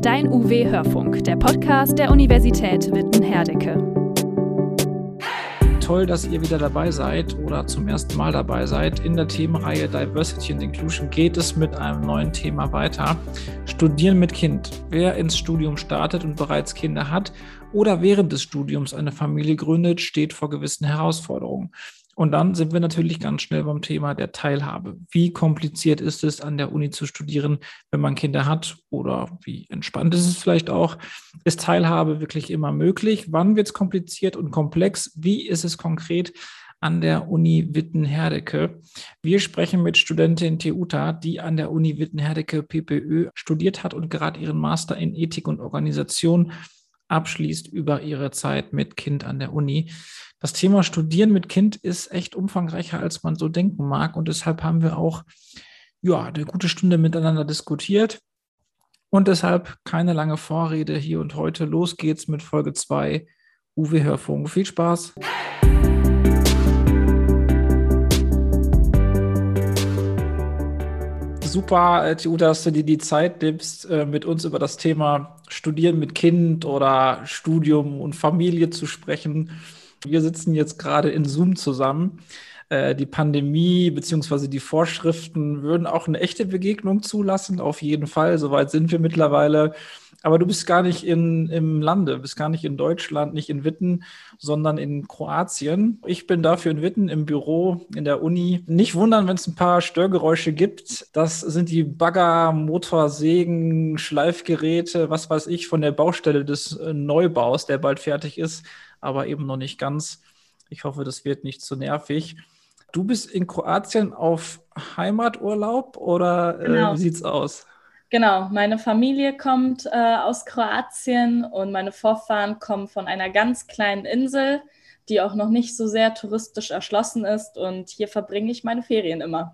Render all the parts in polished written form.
Dein UW-Hörfunk, der Podcast der Universität Witten-Herdecke. Toll, dass ihr wieder dabei seid oder zum ersten Mal dabei seid. In der Themenreihe Diversity and Inclusion geht es mit einem neuen Thema weiter. Studieren mit Kind. Wer ins Studium startet und bereits Kinder hat oder während des Studiums eine Familie gründet, steht vor gewissen Herausforderungen. Und dann sind wir natürlich ganz schnell beim Thema der Teilhabe. Wie kompliziert ist es, an der Uni zu studieren, wenn man Kinder hat? Oder wie entspannt ist es vielleicht auch? Ist Teilhabe wirklich immer möglich? Wann wird es kompliziert und komplex? Wie ist es konkret an der Uni Witten-Herdecke? Wir sprechen mit Studentin Teuta, die an der Uni Witten-Herdecke PPÖ studiert hat und gerade ihren Master in Ethik und Organisation abschließt über ihre Zeit mit Kind an der Uni. Das Thema Studieren mit Kind ist echt umfangreicher, als man so denken mag. Und deshalb haben wir auch eine gute Stunde miteinander diskutiert. Und deshalb keine lange Vorrede hier und heute. Los geht's mit Folge 2 UW-Hörfunk. Viel Spaß! Super, Teuta, dass du dir die Zeit nimmst, mit uns über das Thema Studieren mit Kind oder Studium und Familie zu sprechen. Wir sitzen jetzt gerade in Zoom zusammen. Die Pandemie bzw. die Vorschriften würden auch eine echte Begegnung zulassen, auf jeden Fall. Soweit sind wir mittlerweile. Aber du bist gar nicht im Lande, bist gar nicht in Deutschland, nicht in Witten, sondern in Kroatien. Ich bin dafür in Witten im Büro, in der Uni. Nicht wundern, wenn es ein paar Störgeräusche gibt. Das sind die Bagger, Motorsägen, Schleifgeräte, was weiß ich, von der Baustelle des Neubaus, der bald fertig ist, aber eben noch nicht ganz. Ich hoffe, das wird nicht zu nervig. Du bist in Kroatien auf Heimaturlaub oder Genau. Wie sieht's aus? Genau, meine Familie kommt aus Kroatien und meine Vorfahren kommen von einer ganz kleinen Insel, die auch noch nicht so sehr touristisch erschlossen ist. Und hier verbringe ich meine Ferien immer.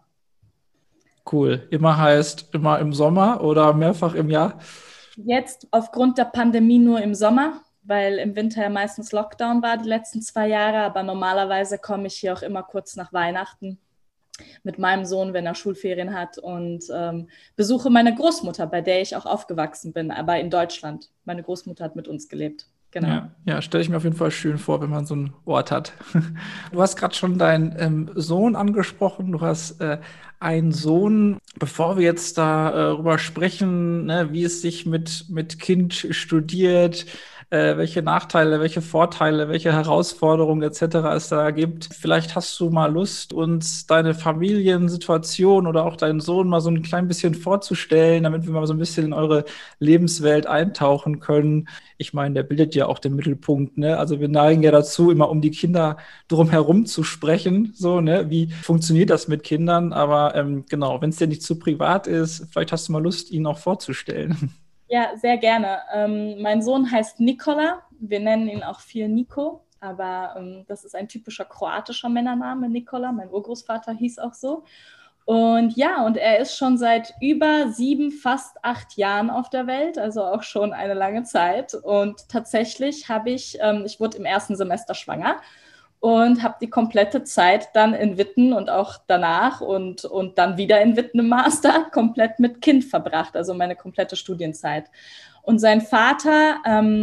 Cool. Immer heißt immer im Sommer oder mehrfach im Jahr? Jetzt aufgrund der Pandemie nur im Sommer, weil im Winter ja meistens Lockdown war die letzten 2 Jahre. Aber normalerweise komme ich hier auch immer kurz nach Weihnachten mit meinem Sohn, wenn er Schulferien hat, und besuche meine Großmutter, bei der ich auch aufgewachsen bin, aber in Deutschland. Meine Großmutter hat mit uns gelebt. Genau. Ja, stelle ich mir auf jeden Fall schön vor, wenn man so einen Ort hat. Du hast gerade schon deinen Sohn angesprochen. Du hast einen Sohn. Bevor wir jetzt darüber sprechen, ne, wie es sich mit Kind studiert, welche Nachteile, welche Vorteile, welche Herausforderungen etc. es da gibt. Vielleicht hast du mal Lust, uns deine Familiensituation oder auch deinen Sohn mal so ein klein bisschen vorzustellen, damit wir mal so ein bisschen in eure Lebenswelt eintauchen können. Ich meine, der bildet ja auch den Mittelpunkt, ne? Also wir neigen ja dazu, immer um die Kinder drumherum zu sprechen, so, ne? Wie funktioniert das mit Kindern? Aber genau, wenn es dir nicht zu privat ist, vielleicht hast du mal Lust, ihn auch vorzustellen. Ja, sehr gerne. Mein Sohn heißt Nikola. Wir nennen ihn auch viel Nico, aber das ist ein typischer kroatischer Männername, Nikola. Mein Urgroßvater hieß auch so. Und ja, und er ist schon seit über 7, fast 8 Jahren auf der Welt, also auch schon eine lange Zeit. Und tatsächlich ich wurde im ersten Semester schwanger und habe die komplette Zeit dann in Witten und auch danach und dann wieder in Witten im Master komplett mit Kind verbracht, also meine komplette Studienzeit. Und sein Vater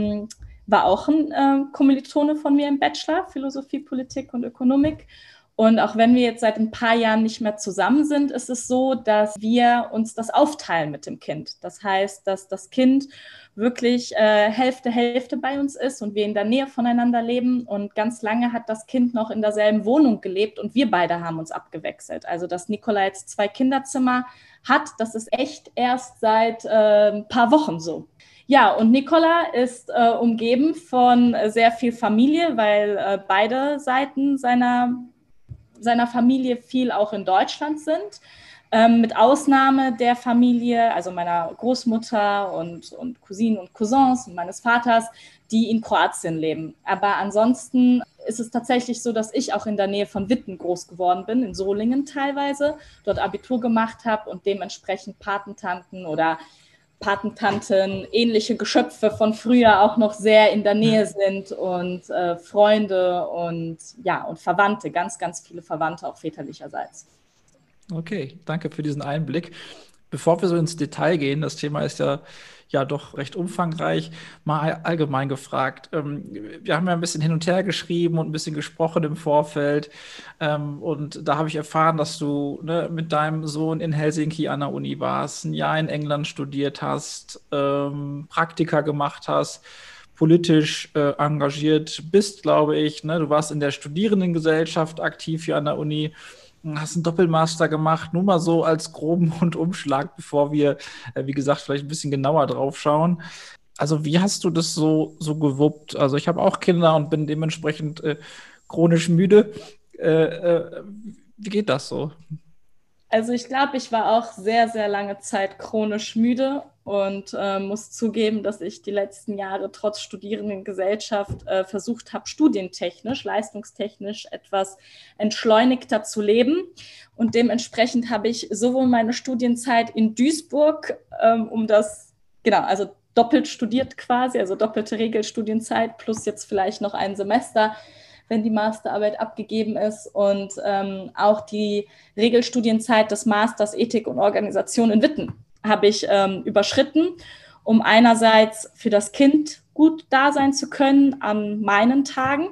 war auch ein Kommilitone von mir im Bachelor, Philosophie, Politik und Ökonomik. Und auch wenn wir jetzt seit ein paar Jahren nicht mehr zusammen sind, ist es so, dass wir uns das aufteilen mit dem Kind. Das heißt, dass das Kind wirklich Hälfte bei uns ist und wir in der Nähe voneinander leben. Und ganz lange hat das Kind noch in derselben Wohnung gelebt und wir beide haben uns abgewechselt. Also, dass Nikola jetzt 2 Kinderzimmer hat, das ist echt erst seit ein paar Wochen so. Ja, und Nikola ist umgeben von sehr viel Familie, weil beide Seiten seiner Familie viel auch in Deutschland sind. Mit Ausnahme der Familie, also meiner Großmutter und Cousinen und Cousins und meines Vaters, die in Kroatien leben. Aber ansonsten ist es tatsächlich so, dass ich auch in der Nähe von Witten groß geworden bin, in Solingen teilweise, dort Abitur gemacht habe und dementsprechend Patentanten oder Patentanten, ähnliche Geschöpfe von früher auch noch sehr in der Nähe sind und Freunde und Verwandte, ganz, ganz viele Verwandte, auch väterlicherseits. Okay, danke für diesen Einblick. Bevor wir so ins Detail gehen, das Thema ist ja doch recht umfangreich, mal allgemein gefragt. Wir haben ja ein bisschen hin und her geschrieben und ein bisschen gesprochen im Vorfeld. Und da habe ich erfahren, dass du, ne, mit deinem Sohn in Helsinki an der Uni warst, ein Jahr in England studiert hast, Praktika gemacht hast, politisch engagiert bist, glaube ich. Ne? Du warst in der Studierendengesellschaft aktiv hier an der Uni. Hast einen Doppelmaster gemacht, nur mal so als groben Rundumschlag, bevor wir, wie gesagt, vielleicht ein bisschen genauer drauf schauen. Also wie hast du das so gewuppt? Also ich habe auch Kinder und bin dementsprechend chronisch müde. Wie geht das so? Also ich glaube, ich war auch sehr, sehr lange Zeit chronisch müde und muss zugeben, dass ich die letzten Jahre trotz Studierendengesellschaft versucht habe, studientechnisch, leistungstechnisch etwas entschleunigter zu leben. Und dementsprechend habe ich sowohl meine Studienzeit in Duisburg, also doppelt studiert quasi, also doppelte Regelstudienzeit plus jetzt vielleicht noch ein Semester, wenn die Masterarbeit abgegeben ist, und auch die Regelstudienzeit des Masters Ethik und Organisation in Witten habe ich überschritten, um einerseits für das Kind gut da sein zu können an meinen Tagen.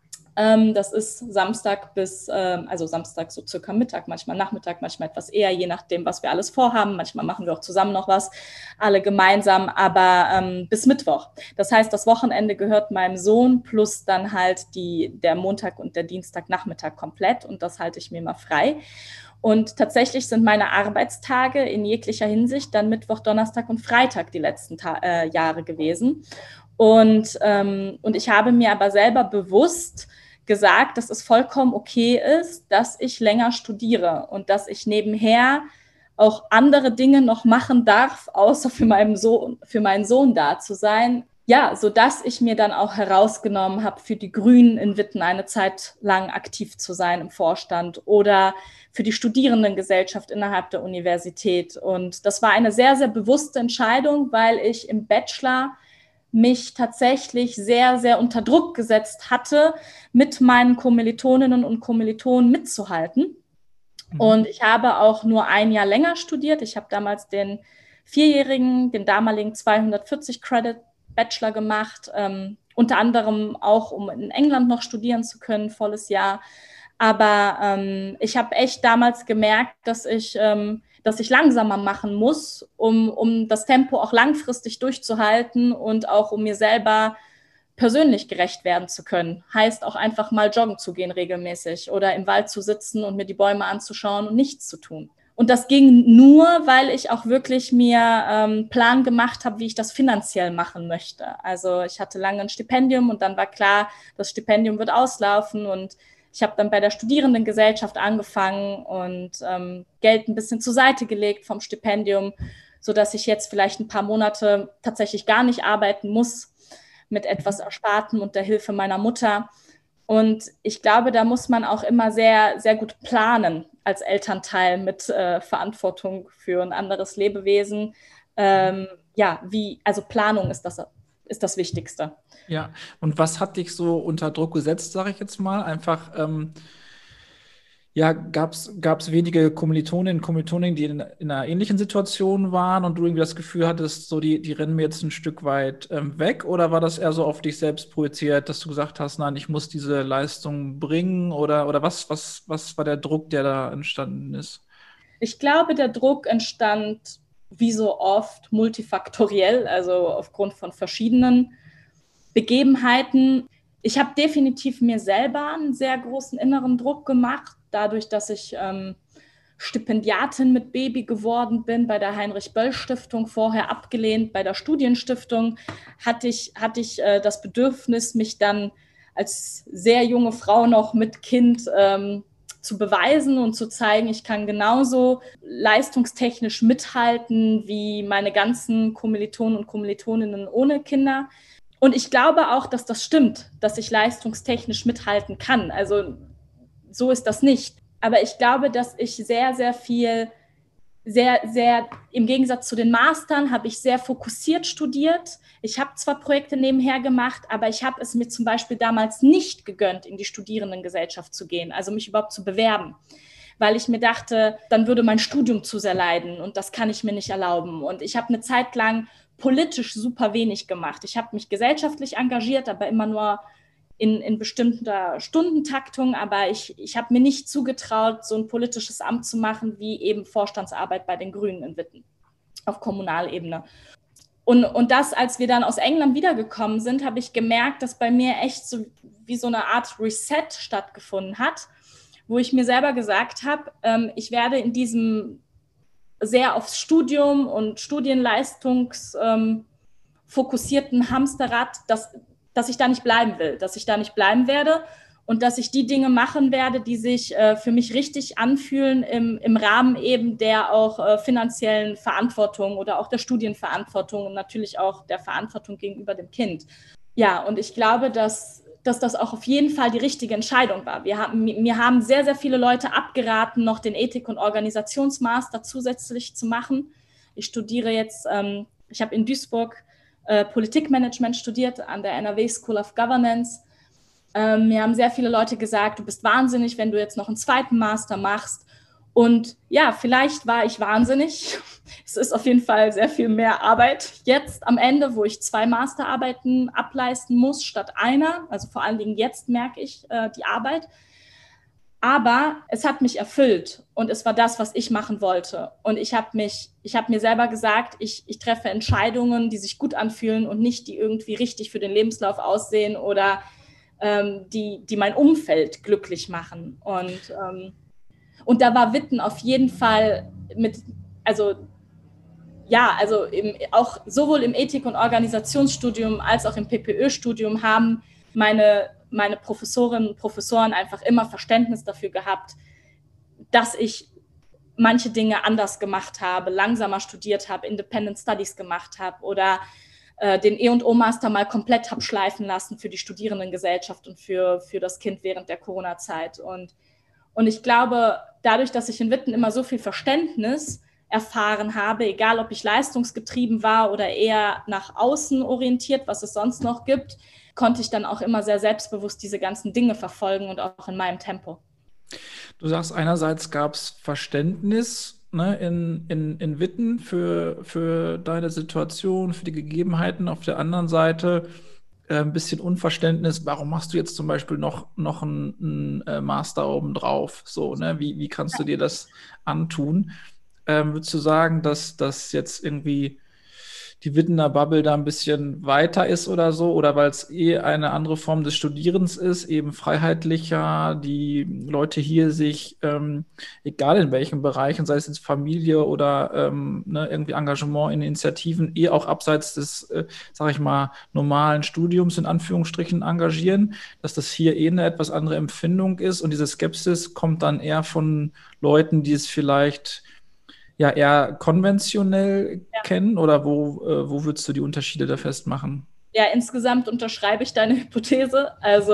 Das ist Samstag Samstag so circa Mittag, manchmal Nachmittag, manchmal etwas eher, je nachdem, was wir alles vorhaben. Manchmal machen wir auch zusammen noch was, alle gemeinsam, aber bis Mittwoch. Das heißt, das Wochenende gehört meinem Sohn plus dann halt der Montag und der Dienstagnachmittag komplett, und das halte ich mir mal frei. Und tatsächlich sind meine Arbeitstage in jeglicher Hinsicht dann Mittwoch, Donnerstag und Freitag die letzten Jahre gewesen. Und ich habe mir aber selber bewusst gesagt, dass es vollkommen okay ist, dass ich länger studiere und dass ich nebenher auch andere Dinge noch machen darf, außer für meinen Sohn da zu sein. Ja, sodass ich mir dann auch herausgenommen habe, für die Grünen in Witten eine Zeit lang aktiv zu sein im Vorstand oder für die Studierendengesellschaft innerhalb der Universität. Und das war eine sehr, sehr bewusste Entscheidung, weil ich im Bachelor mich tatsächlich sehr, sehr unter Druck gesetzt hatte, mit meinen Kommilitoninnen und Kommilitonen mitzuhalten. Und ich habe auch nur ein Jahr länger studiert. Ich habe damals den damaligen 240-Credit-Bachelor gemacht, unter anderem auch, um in England noch studieren zu können, volles Jahr. Aber ich habe echt damals gemerkt, dass ich langsamer machen muss, um das Tempo auch langfristig durchzuhalten und auch um mir selber persönlich gerecht werden zu können. Heißt auch einfach mal joggen zu gehen regelmäßig oder im Wald zu sitzen und mir die Bäume anzuschauen und nichts zu tun. Und das ging nur, weil ich auch wirklich mir Plan gemacht habe, wie ich das finanziell machen möchte. Also ich hatte lange ein Stipendium und dann war klar, das Stipendium wird auslaufen, und ich habe dann bei der Studierendengesellschaft angefangen und Geld ein bisschen zur Seite gelegt vom Stipendium, sodass ich jetzt vielleicht ein paar Monate tatsächlich gar nicht arbeiten muss, mit etwas Erspartem und der Hilfe meiner Mutter. Und ich glaube, da muss man auch immer sehr, sehr gut planen als Elternteil mit Verantwortung für ein anderes Lebewesen. Also Planung ist das Wichtigste. Ja, und was hat dich so unter Druck gesetzt, sage ich jetzt mal? Einfach, gab's wenige Kommilitoninnen und Kommilitonen, die in einer ähnlichen Situation waren und du irgendwie das Gefühl hattest, so die rennen mir jetzt ein Stück weit weg? Oder war das eher so auf dich selbst projiziert, dass du gesagt hast, nein, ich muss diese Leistung bringen? Oder was war der Druck, der da entstanden ist? Ich glaube, der Druck entstand wie so oft multifaktoriell, also aufgrund von verschiedenen Begebenheiten. Ich habe definitiv mir selber einen sehr großen inneren Druck gemacht, dadurch, dass ich Stipendiatin mit Baby geworden bin bei der Heinrich-Böll-Stiftung, vorher abgelehnt. Bei der Studienstiftung hatte ich das Bedürfnis, mich dann als sehr junge Frau noch mit Kind zu beweisen und zu zeigen, ich kann genauso leistungstechnisch mithalten wie meine ganzen Kommilitonen und Kommilitoninnen ohne Kinder. Und ich glaube auch, dass das stimmt, dass ich leistungstechnisch mithalten kann. Also so ist das nicht. Aber ich glaube, dass ich sehr, sehr viel, sehr, sehr, im Gegensatz zu den Mastern, habe ich sehr fokussiert studiert. Ich habe zwar Projekte nebenher gemacht, aber ich habe es mir zum Beispiel damals nicht gegönnt, in die Studierendengesellschaft zu gehen, also mich überhaupt zu bewerben. weil ich mir dachte, dann würde mein Studium zu sehr leiden und das kann ich mir nicht erlauben. Und ich habe eine Zeit lang politisch super wenig gemacht. Ich habe mich gesellschaftlich engagiert, aber immer nur in bestimmter Stundentaktung, aber ich habe mir nicht zugetraut, so ein politisches Amt zu machen, wie eben Vorstandsarbeit bei den Grünen in Witten auf Kommunalebene. Und das, als wir dann aus England wiedergekommen sind, habe ich gemerkt, dass bei mir echt so wie so eine Art Reset stattgefunden hat, wo ich mir selber gesagt habe, ich werde in diesem sehr aufs Studium und Studienleistungs fokussierten Hamsterrad, dass ich da nicht bleiben will, dass ich da nicht bleiben werde und dass ich die Dinge machen werde, die sich für mich richtig anfühlen im Rahmen eben der auch finanziellen Verantwortung oder auch der Studienverantwortung und natürlich auch der Verantwortung gegenüber dem Kind. Ja, und ich glaube, dass das auch auf jeden Fall die richtige Entscheidung war. Mir haben sehr, sehr viele Leute abgeraten, noch den Ethik- und Organisationsmaster zusätzlich zu machen. Ich studiere jetzt, ich habe in Duisburg Politikmanagement studiert an der NRW School of Governance. Mir haben sehr viele Leute gesagt, du bist wahnsinnig, wenn du jetzt noch einen zweiten Master machst. Und ja, vielleicht war ich wahnsinnig. Es ist auf jeden Fall sehr viel mehr Arbeit jetzt am Ende, wo ich 2 Masterarbeiten ableisten muss statt einer. Also vor allen Dingen jetzt merke ich die Arbeit. Aber es hat mich erfüllt und es war das, was ich machen wollte. Und ich habe mir selber gesagt, ich treffe Entscheidungen, die sich gut anfühlen und nicht, die irgendwie richtig für den Lebenslauf aussehen oder die mein Umfeld glücklich machen. Und da war Witten auf jeden Fall auch sowohl im Ethik- und Organisationsstudium als auch im PPÖ-Studium haben meine Professorinnen und Professoren einfach immer Verständnis dafür gehabt, dass ich manche Dinge anders gemacht habe, langsamer studiert habe, Independent Studies gemacht habe oder den E&O-Master mal komplett habe schleifen lassen für die Studierendengesellschaft und für das Kind während der Corona-Zeit. Und ich glaube, dadurch, dass ich in Witten immer so viel Verständnis erfahren habe, egal ob ich leistungsgetrieben war oder eher nach außen orientiert, was es sonst noch gibt, konnte ich dann auch immer sehr selbstbewusst diese ganzen Dinge verfolgen und auch in meinem Tempo. Du sagst, einerseits gab es Verständnis, ne, in Witten für deine Situation, für die Gegebenheiten. Auf der anderen Seite ein bisschen Unverständnis, warum machst du jetzt zum Beispiel noch einen Master obendrauf? So, ne? Wie kannst du dir das antun? Würdest du sagen, dass das jetzt irgendwie die Wittener Bubble da ein bisschen weiter ist oder so? Oder weil es eine andere Form des Studierens ist, eben freiheitlicher, die Leute hier sich, egal in welchen Bereichen, sei es jetzt Familie oder ne, irgendwie Engagement in Initiativen, auch abseits des, sag ich mal, normalen Studiums in Anführungsstrichen engagieren, dass das hier eine etwas andere Empfindung ist und diese Skepsis kommt dann eher von Leuten, die es vielleicht ja eher konventionell kennen oder wo würdest du die Unterschiede da festmachen? Ja, insgesamt unterschreibe ich deine Hypothese. Also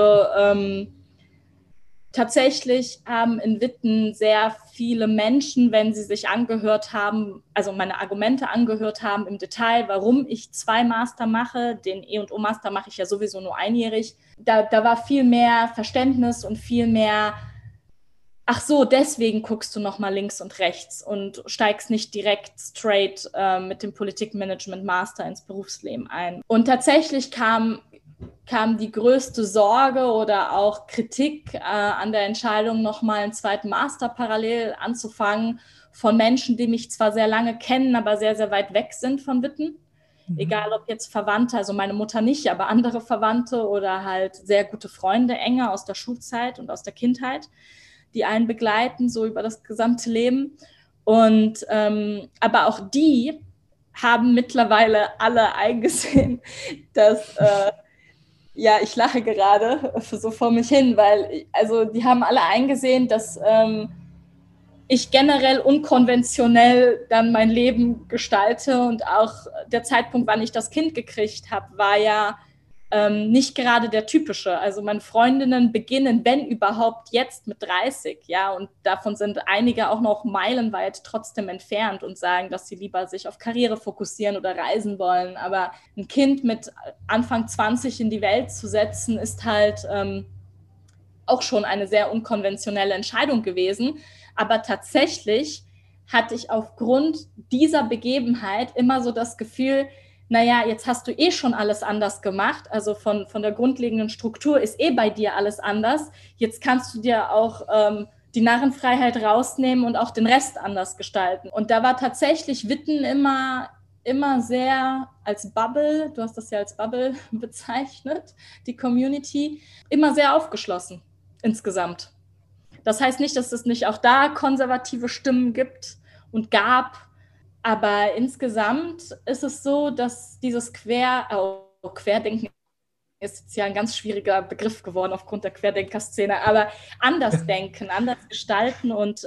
tatsächlich haben in Witten sehr viele Menschen, wenn sie sich angehört haben, also meine Argumente angehört haben im Detail, warum ich 2 Master mache, den E&O-Master mache ich ja sowieso nur einjährig, da war viel mehr Verständnis und viel mehr ach so, deswegen guckst du nochmal links und rechts und steigst nicht direkt straight mit dem Politikmanagement Master ins Berufsleben ein. Und tatsächlich kam die größte Sorge oder auch Kritik an der Entscheidung, nochmal einen zweiten Master parallel anzufangen, von Menschen, die mich zwar sehr lange kennen, aber sehr, sehr weit weg sind von Witten. Egal ob jetzt Verwandte, also meine Mutter nicht, aber andere Verwandte oder halt sehr gute Freunde, enge aus der Schulzeit und aus der Kindheit, die einen begleiten, so über das gesamte Leben. Und aber auch die haben mittlerweile alle eingesehen, dass, ja, ich lache gerade so vor mich hin, weil, also die haben alle eingesehen, dass ich generell unkonventionell dann mein Leben gestalte und auch der Zeitpunkt, wann ich das Kind gekriegt habe, war ja nicht gerade der typische. Also meine Freundinnen beginnen, wenn überhaupt, jetzt mit 30, ja, und davon sind einige auch noch meilenweit trotzdem entfernt und sagen, dass sie lieber sich auf Karriere fokussieren oder reisen wollen. Aber ein Kind mit Anfang 20 in die Welt zu setzen, ist halt auch schon eine sehr unkonventionelle Entscheidung gewesen. Aber tatsächlich hatte ich aufgrund dieser Begebenheit immer so das Gefühl, naja, jetzt hast du eh schon alles anders gemacht, also von der grundlegenden Struktur ist eh bei dir alles anders. Jetzt kannst du dir auch die Narrenfreiheit rausnehmen und auch den Rest anders gestalten. Und da war tatsächlich Witten immer sehr als Bubble, du hast das ja als Bubble bezeichnet, die Community, immer sehr aufgeschlossen insgesamt. Das heißt nicht, dass es nicht auch da konservative Stimmen gibt und gab, aber insgesamt ist es so, dass dieses Querdenken ist jetzt ja ein ganz schwieriger Begriff geworden aufgrund der Querdenker-Szene, aber anders denken, anders gestalten und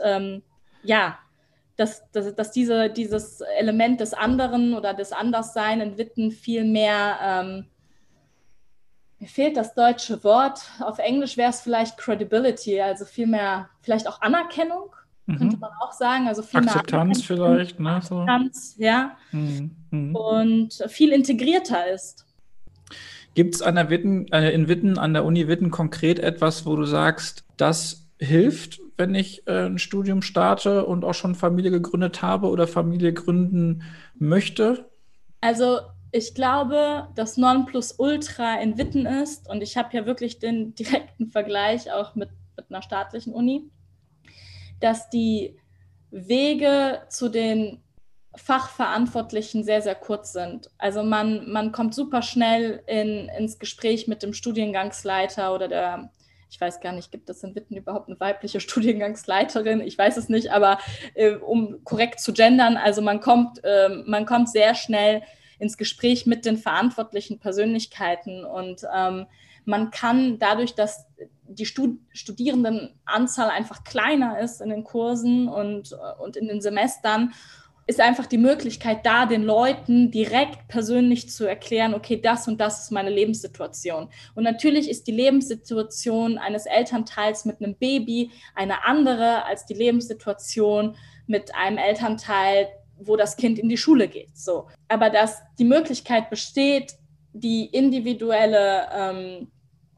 dass dieses Element des anderen oder des Anderssein in Witten viel mehr, mir fehlt das deutsche Wort, auf Englisch wäre es vielleicht Credibility, also viel mehr, vielleicht auch Anerkennung, könnte man auch sagen. Also viel Akzeptanz vielleicht, ne? Akzeptanz, ja. Und viel integrierter ist. Gibt es in Witten, an der Uni Witten konkret etwas, wo du sagst, das hilft, wenn ich ein Studium starte und auch schon Familie gegründet habe oder Familie gründen möchte? Also ich glaube, das Nonplusultra in Witten ist, und ich habe ja wirklich den direkten Vergleich auch mit einer staatlichen Uni, dass die Wege zu den Fachverantwortlichen sehr, sehr kurz sind. Also man kommt super schnell ins Gespräch mit dem Studiengangsleiter oder ich weiß gar nicht, gibt es in Witten überhaupt eine weibliche Studiengangsleiterin? Ich weiß es nicht, aber um korrekt zu gendern, also man kommt sehr schnell ins Gespräch mit den verantwortlichen Persönlichkeiten und man kann dadurch, dass die Studierendenanzahl einfach kleiner ist in den Kursen und in den Semestern, ist einfach die Möglichkeit da, den Leuten direkt persönlich zu erklären, okay, das und das ist meine Lebenssituation. Und natürlich ist die Lebenssituation eines Elternteils mit einem Baby eine andere als die Lebenssituation mit einem Elternteil, wo das Kind in die Schule geht. So. Aber dass die Möglichkeit besteht, die individuelle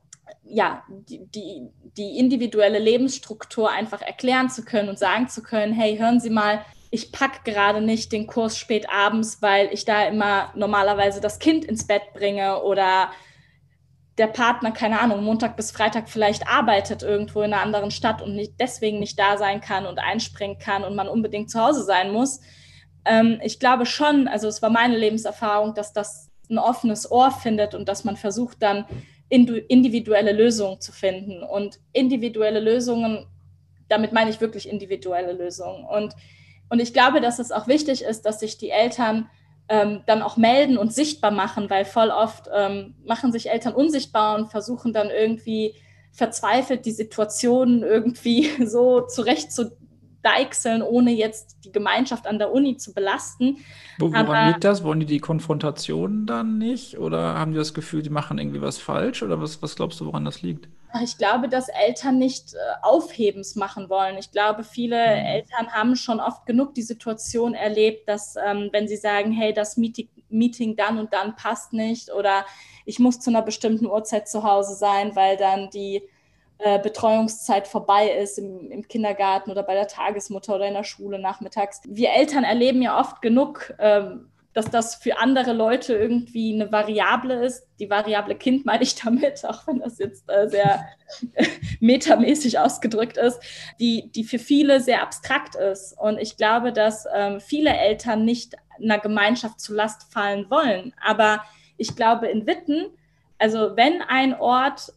die individuelle Lebensstruktur einfach erklären zu können und sagen zu können, hey, hören Sie mal, ich packe gerade nicht den Kurs spät abends, weil ich da immer normalerweise das Kind ins Bett bringe oder der Partner, keine Ahnung, Montag bis Freitag vielleicht arbeitet irgendwo in einer anderen Stadt und deswegen nicht da sein kann und einspringen kann und man unbedingt zu Hause sein muss. Ich glaube schon, also es war meine Lebenserfahrung, dass das ein offenes Ohr findet und dass man versucht dann individuelle Lösungen zu finden. Und individuelle Lösungen, damit meine ich wirklich individuelle Lösungen. Und ich glaube, dass es auch wichtig ist, dass sich die Eltern dann auch melden und sichtbar machen, weil voll oft machen sich Eltern unsichtbar und versuchen dann irgendwie verzweifelt die Situation irgendwie so zurechtzudeichseln, ohne jetzt die Gemeinschaft an der Uni zu belasten. Woran liegt das? Wollen die Konfrontation dann nicht? Oder haben die das Gefühl, die machen irgendwie was falsch? Oder was glaubst du, woran das liegt? Ich glaube, dass Eltern nicht Aufhebens machen wollen. Ich glaube, viele Eltern haben schon oft genug die Situation erlebt, dass wenn sie sagen, hey, das Meeting dann und dann passt nicht oder ich muss zu einer bestimmten Uhrzeit zu Hause sein, weil dann die Betreuungszeit vorbei ist im Kindergarten oder bei der Tagesmutter oder in der Schule nachmittags. Wir Eltern erleben ja oft genug, dass das für andere Leute irgendwie eine Variable ist. Die Variable Kind meine ich damit, auch wenn das jetzt sehr metamäßig ausgedrückt ist, die für viele sehr abstrakt ist. Und ich glaube, dass viele Eltern nicht einer Gemeinschaft zu Last fallen wollen. Aber ich glaube, in Witten, also wenn ein Ort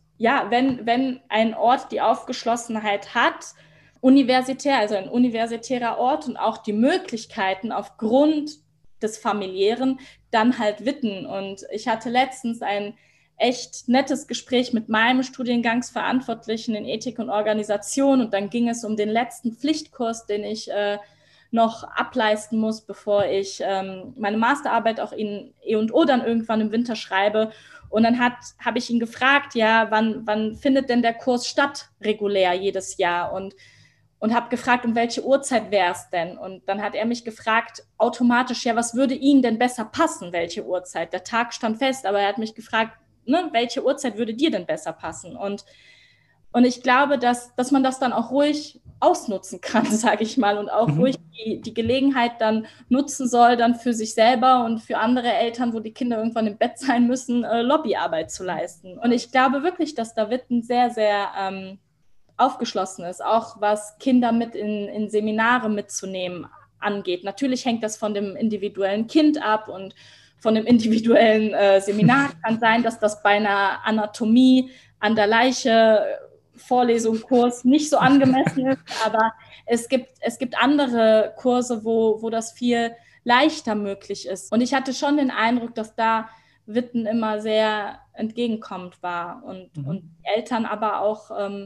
die Aufgeschlossenheit hat, universitär, also ein universitärer Ort und auch die Möglichkeiten aufgrund des Familiären, dann halt Witten. Und ich hatte letztens ein echt nettes Gespräch mit meinem Studiengangsverantwortlichen in Ethik und Organisation und dann ging es um den letzten Pflichtkurs, den ich noch ableisten muss, bevor ich meine Masterarbeit auch in E&O dann irgendwann im Winter schreibe. Und dann habe ich ihn gefragt, ja, wann findet denn der Kurs statt, regulär jedes Jahr? Und habe gefragt, um welche Uhrzeit wäre es denn? Und dann hat er mich gefragt, automatisch, ja, was würde Ihnen denn besser passen, welche Uhrzeit? Der Tag stand fest, aber er hat mich gefragt, ne, welche Uhrzeit würde dir denn besser passen? Und Und ich glaube, dass man das dann auch ruhig ausnutzen kann, sage ich mal, und auch ruhig die Gelegenheit dann nutzen soll, dann für sich selber und für andere Eltern, wo die Kinder irgendwann im Bett sein müssen, Lobbyarbeit zu leisten. Und ich glaube wirklich, dass da Witten sehr, sehr aufgeschlossen ist, auch was Kinder mit in Seminare mitzunehmen angeht. Natürlich hängt das von dem individuellen Kind ab und von dem individuellen Seminar. Kann sein, dass das bei einer Anatomie an der Leiche Vorlesung, Kurs nicht so angemessen ist, aber es gibt andere Kurse, wo das viel leichter möglich ist. Und ich hatte schon den Eindruck, dass da Witten immer sehr entgegenkommend war und Eltern aber auch,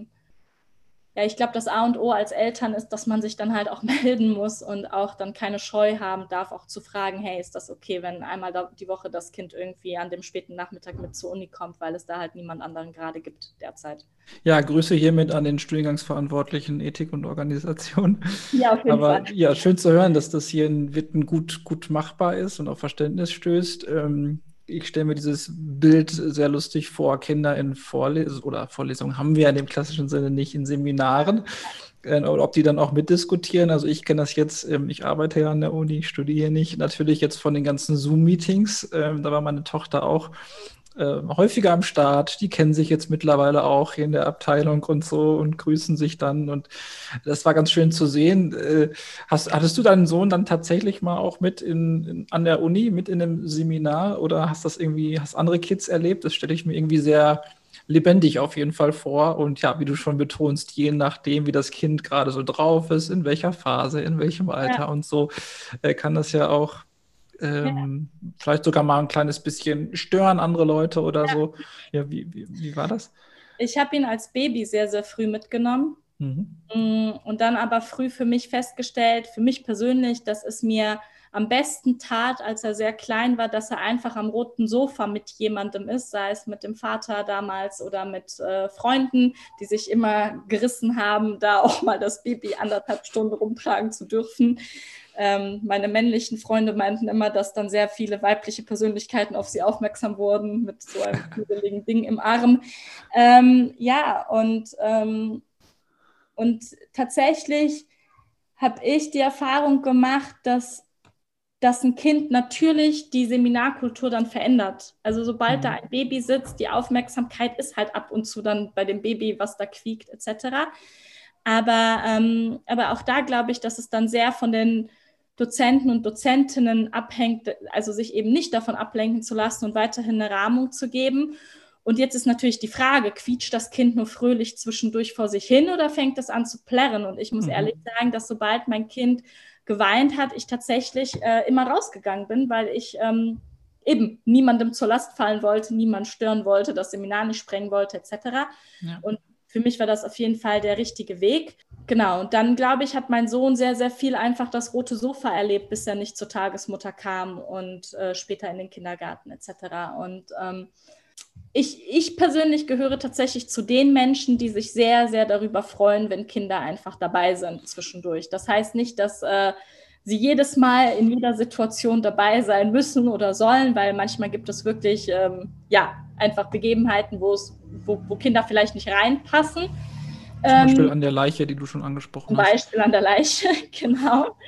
ja, ich glaube, das A und O als Eltern ist, dass man sich dann halt auch melden muss und auch dann keine Scheu haben darf, auch zu fragen, hey, ist das okay, wenn einmal die Woche das Kind irgendwie an dem späten Nachmittag mit zur Uni kommt, weil es da halt niemand anderen gerade gibt derzeit. Ja, Grüße hiermit an den Studiengangsverantwortlichen Ethik und Organisation. Ja, auf jeden Fall. Aber ja, schön zu hören, dass das hier in Witten gut machbar ist und auf Verständnis stößt. Ich stelle mir dieses Bild sehr lustig vor, Kinder in Vorlesungen haben wir ja in dem klassischen Sinne nicht, in Seminaren, oder ob die dann auch mitdiskutieren. Also ich kenne das jetzt, ich arbeite ja an der Uni, ich studiere nicht, natürlich jetzt von den ganzen Zoom-Meetings, da war meine Tochter auch häufiger am Start, die kennen sich jetzt mittlerweile auch hier in der Abteilung und so und grüßen sich dann und das war ganz schön zu sehen. Hattest du deinen Sohn dann tatsächlich mal auch mit an der Uni, mit in einem Seminar oder hast andere Kids erlebt? Das stelle ich mir irgendwie sehr lebendig auf jeden Fall vor und ja, wie du schon betonst, je nachdem, wie das Kind gerade so drauf ist, in welcher Phase, in welchem Alter und so, kann das ja auch vielleicht sogar mal ein kleines bisschen stören, andere Leute oder so. Ja, wie war das? Ich habe ihn als Baby sehr, sehr früh mitgenommen und dann aber früh für mich festgestellt, für mich persönlich, dass es mir am besten tat, als er sehr klein war, dass er einfach am roten Sofa mit jemandem ist, sei es mit dem Vater damals oder mit Freunden, die sich immer gerissen haben, da auch mal das Baby 1,5 Stunden rumtragen zu dürfen. Meine männlichen Freunde meinten immer, dass dann sehr viele weibliche Persönlichkeiten auf sie aufmerksam wurden mit so einem knuddeligen Ding im Arm. Und tatsächlich habe ich die Erfahrung gemacht, dass ein Kind natürlich die Seminarkultur dann verändert. Also sobald da ein Baby sitzt, die Aufmerksamkeit ist halt ab und zu dann bei dem Baby, was da quiekt etc. Aber auch da glaube ich, dass es dann sehr von den Dozenten und Dozentinnen abhängt, also sich eben nicht davon ablenken zu lassen und weiterhin eine Rahmung zu geben. Und jetzt ist natürlich die Frage, quietscht das Kind nur fröhlich zwischendurch vor sich hin oder fängt es an zu plärren? Und ich muss ehrlich sagen, dass sobald mein Kind geweint hat, ich tatsächlich immer rausgegangen bin, weil ich eben niemandem zur Last fallen wollte, niemand stören wollte, das Seminar nicht sprengen wollte, etc. Ja. Und für mich war das auf jeden Fall der richtige Weg. Genau, und dann, glaube ich, hat mein Sohn sehr, sehr viel einfach das rote Sofa erlebt, bis er nicht zur Tagesmutter kam und später in den Kindergarten etc. Und ich persönlich gehöre tatsächlich zu den Menschen, die sich sehr, sehr darüber freuen, wenn Kinder einfach dabei sind zwischendurch. Das heißt nicht, dass sie jedes Mal in jeder Situation dabei sein müssen oder sollen, weil manchmal gibt es wirklich einfach Begebenheiten, wo Kinder vielleicht nicht reinpassen. Zum Beispiel an der Leiche, die du schon angesprochen hast. Zum Beispiel an der Leiche, genau.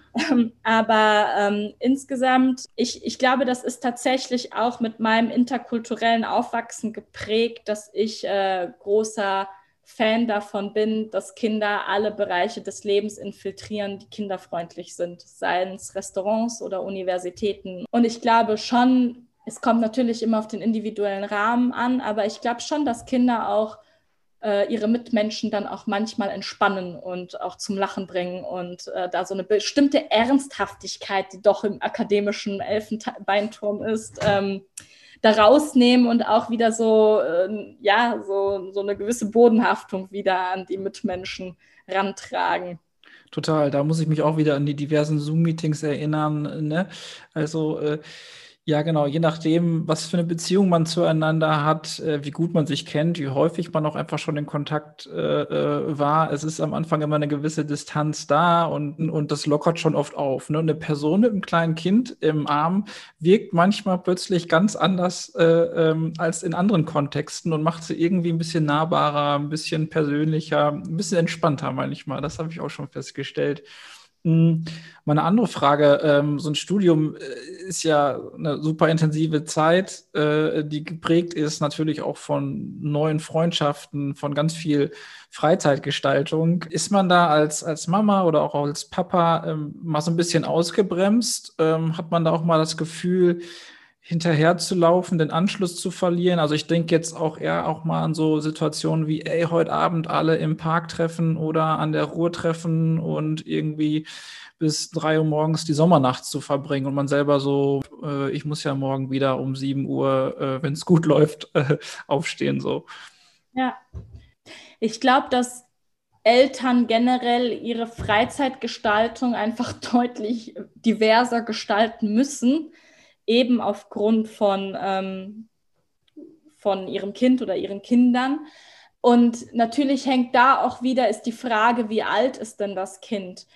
Aber insgesamt, ich glaube, das ist tatsächlich auch mit meinem interkulturellen Aufwachsen geprägt, dass ich großer Fan davon bin, dass Kinder alle Bereiche des Lebens infiltrieren, die kinderfreundlich sind, seien es Restaurants oder Universitäten. Und ich glaube schon, es kommt natürlich immer auf den individuellen Rahmen an, aber ich glaube schon, dass Kinder auch ihre Mitmenschen dann auch manchmal entspannen und auch zum Lachen bringen und da so eine bestimmte Ernsthaftigkeit, die doch im akademischen Elfenbeinturm ist, da rausnehmen und auch wieder so eine gewisse Bodenhaftung wieder an die Mitmenschen rantragen. Total, da muss ich mich auch wieder an die diversen Zoom-Meetings erinnern, ne? Also Ja, genau. Je nachdem, was für eine Beziehung man zueinander hat, wie gut man sich kennt, wie häufig man auch einfach schon in Kontakt war. Es ist am Anfang immer eine gewisse Distanz da und das lockert schon oft auf. Ne? Und eine Person mit einem kleinen Kind im Arm wirkt manchmal plötzlich ganz anders als in anderen Kontexten und macht sie irgendwie ein bisschen nahbarer, ein bisschen persönlicher, ein bisschen entspannter manchmal. Das habe ich auch schon festgestellt. Mal eine andere Frage. So ein Studium ist ja eine super intensive Zeit, die geprägt ist natürlich auch von neuen Freundschaften, von ganz viel Freizeitgestaltung. Ist man da als Mama oder auch als Papa mal so ein bisschen ausgebremst? Hat man da auch mal das Gefühl, hinterher zu laufen, den Anschluss zu verlieren? Also ich denke jetzt auch eher auch mal an so Situationen wie, ey, heute Abend alle im Park treffen oder an der Ruhr treffen und irgendwie bis 3 Uhr morgens die Sommernacht zu verbringen und man selber so, ich muss ja morgen wieder um 7 Uhr, wenn es gut läuft, aufstehen so. Ja, ich glaube, dass Eltern generell ihre Freizeitgestaltung einfach deutlich diverser gestalten müssen, eben aufgrund von ihrem Kind oder ihren Kindern. Und natürlich hängt da auch wieder, ist die Frage, wie alt ist denn das Kind?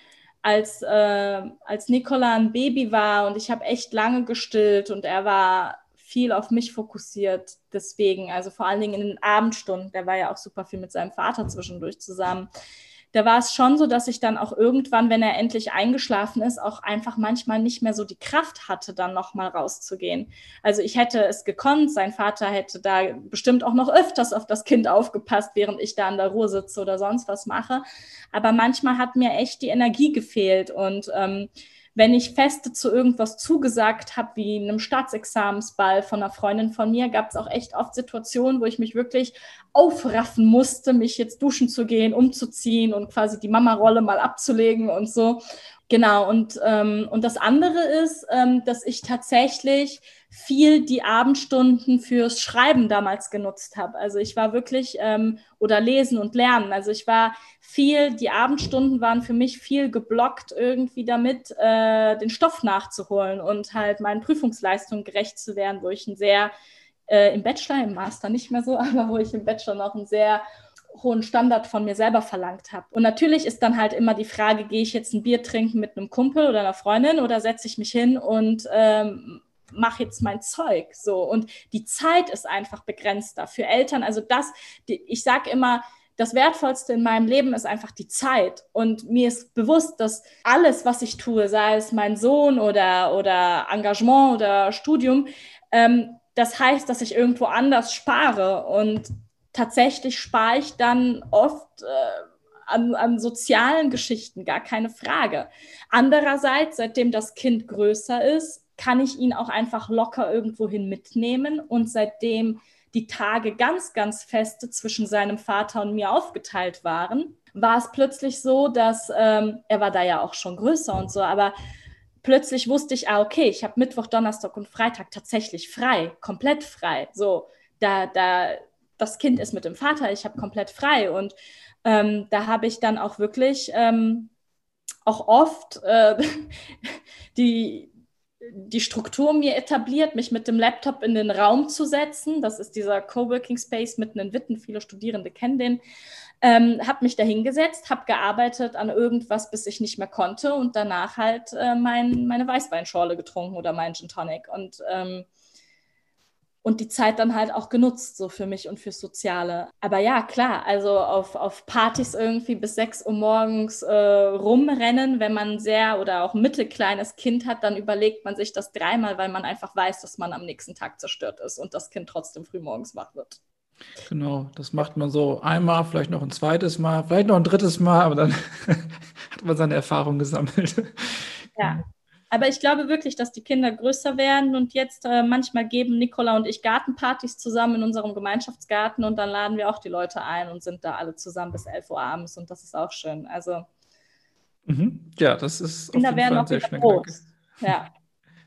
Als Nicola ein Baby war und ich habe echt lange gestillt und er war viel auf mich fokussiert, deswegen, also vor allen Dingen in den Abendstunden, der war ja auch super viel mit seinem Vater zwischendurch zusammen. Da war es schon so, dass ich dann auch irgendwann, wenn er endlich eingeschlafen ist, auch einfach manchmal nicht mehr so die Kraft hatte, dann nochmal rauszugehen. Also ich hätte es gekonnt, sein Vater hätte da bestimmt auch noch öfters auf das Kind aufgepasst, während ich da in der Ruhe sitze oder sonst was mache. Aber manchmal hat mir echt die Energie gefehlt und wenn ich feste zu irgendwas zugesagt habe, wie einem Staatsexamensball von einer Freundin von mir, gab es auch echt oft Situationen, wo ich mich wirklich aufraffen musste, mich jetzt duschen zu gehen, umzuziehen und quasi die Mama-Rolle mal abzulegen und so. Genau, und das andere ist, dass ich tatsächlich viel die Abendstunden fürs Schreiben damals genutzt habe. Also ich war wirklich, oder lesen und lernen. Also ich war viel, die Abendstunden waren für mich viel geblockt irgendwie damit, den Stoff nachzuholen und halt meinen Prüfungsleistungen gerecht zu werden, wo ich ein sehr, im Bachelor, im Master nicht mehr so, aber wo ich im Bachelor noch einen sehr hohen Standard von mir selber verlangt habe. Und natürlich ist dann halt immer die Frage, gehe ich jetzt ein Bier trinken mit einem Kumpel oder einer Freundin oder setze ich mich hin und mache jetzt mein Zeug so. Und die Zeit ist einfach begrenzter für Eltern. Also ich sage immer, das Wertvollste in meinem Leben ist einfach die Zeit. Und mir ist bewusst, dass alles, was ich tue, sei es mein Sohn oder Engagement oder Studium, das heißt, dass ich irgendwo anders spare. Und tatsächlich spare ich dann oft an sozialen Geschichten, gar keine Frage. Andererseits, seitdem das Kind größer ist, kann ich ihn auch einfach locker irgendwohin mitnehmen. Und seitdem die Tage ganz, ganz feste zwischen seinem Vater und mir aufgeteilt waren, war es plötzlich so, dass er war da ja auch schon größer und so, aber plötzlich wusste ich, okay, ich habe Mittwoch, Donnerstag und Freitag tatsächlich frei, komplett frei. So, das Kind ist mit dem Vater, ich habe komplett frei. Und da habe ich dann auch wirklich auch oft die Struktur mir etabliert, mich mit dem Laptop in den Raum zu setzen. Das ist dieser Coworking Space mitten in Witten. Viele Studierende kennen den. Habe mich da hingesetzt, habe gearbeitet an irgendwas, bis ich nicht mehr konnte und danach halt meine Weißweinschorle getrunken oder meinen Gin Tonic und die Zeit dann halt auch genutzt, so für mich und fürs Soziale. Aber ja, klar, also auf Partys irgendwie bis 6 Uhr morgens rumrennen, wenn man ein sehr oder auch mittelkleines Kind hat, dann überlegt man sich das dreimal, weil man einfach weiß, dass man am nächsten Tag zerstört ist und das Kind trotzdem früh morgens wach wird. Genau, das macht man so einmal, vielleicht noch ein zweites Mal, vielleicht noch ein drittes Mal, aber dann hat man seine Erfahrung gesammelt. Ja. Aber ich glaube wirklich, dass die Kinder größer werden und jetzt manchmal geben Nicola und ich Gartenpartys zusammen in unserem Gemeinschaftsgarten und dann laden wir auch die Leute ein und sind da alle zusammen bis 11 Uhr abends und das ist auch schön. Also Ja, das ist auf Kinder jeden werden Fall ein auch sehr wieder schöner Gedanke. groß. Ja.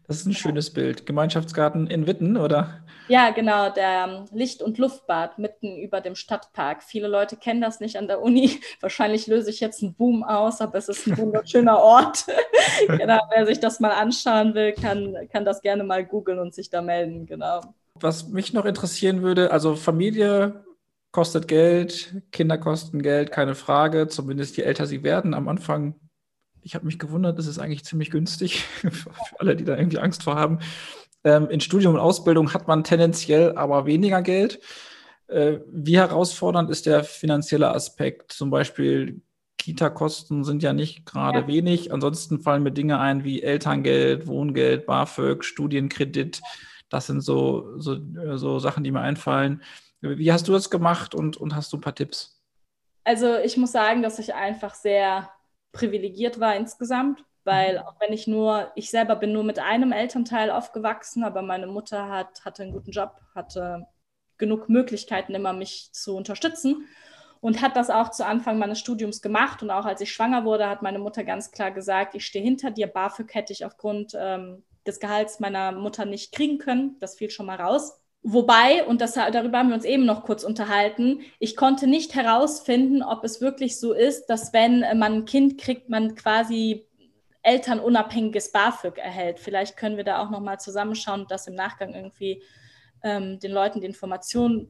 Das ist ein schönes Bild. Gemeinschaftsgarten in Witten, oder? Ja, genau, der Licht- und Luftbad mitten über dem Stadtpark. Viele Leute kennen das nicht an der Uni. Wahrscheinlich löse ich jetzt einen Boom aus, aber es ist ein wunderschöner Ort. Genau, wer sich das mal anschauen will, kann das gerne mal googeln und sich da melden. Genau. Was mich noch interessieren würde, also Familie kostet Geld, Kinder kosten Geld, keine Frage, zumindest je älter sie werden. Am Anfang, ich habe mich gewundert, das ist eigentlich ziemlich günstig für alle, die da irgendwie Angst vor haben. In Studium und Ausbildung hat man tendenziell aber weniger Geld. Wie herausfordernd ist der finanzielle Aspekt? Zum Beispiel Kita-Kosten sind ja nicht gerade wenig. Ansonsten fallen mir Dinge ein wie Elterngeld, Wohngeld, BAföG, Studienkredit. Das sind so Sachen, die mir einfallen. Wie hast du das gemacht und hast du ein paar Tipps? Also ich muss sagen, dass ich einfach sehr privilegiert war insgesamt, weil auch wenn ich selber bin nur mit einem Elternteil aufgewachsen, aber meine Mutter hatte einen guten Job, hatte genug Möglichkeiten, immer mich zu unterstützen und hat das auch zu Anfang meines Studiums gemacht. Und auch als ich schwanger wurde, hat meine Mutter ganz klar gesagt, ich stehe hinter dir. BAföG hätte ich aufgrund des Gehalts meiner Mutter nicht kriegen können. Das fiel schon mal raus. Wobei, und darüber haben wir uns eben noch kurz unterhalten, ich konnte nicht herausfinden, ob es wirklich so ist, dass wenn man ein Kind kriegt, man quasi elternunabhängiges BAföG erhält. Vielleicht können wir da auch nochmal zusammenschauen und das im Nachgang irgendwie den Leuten die Informationen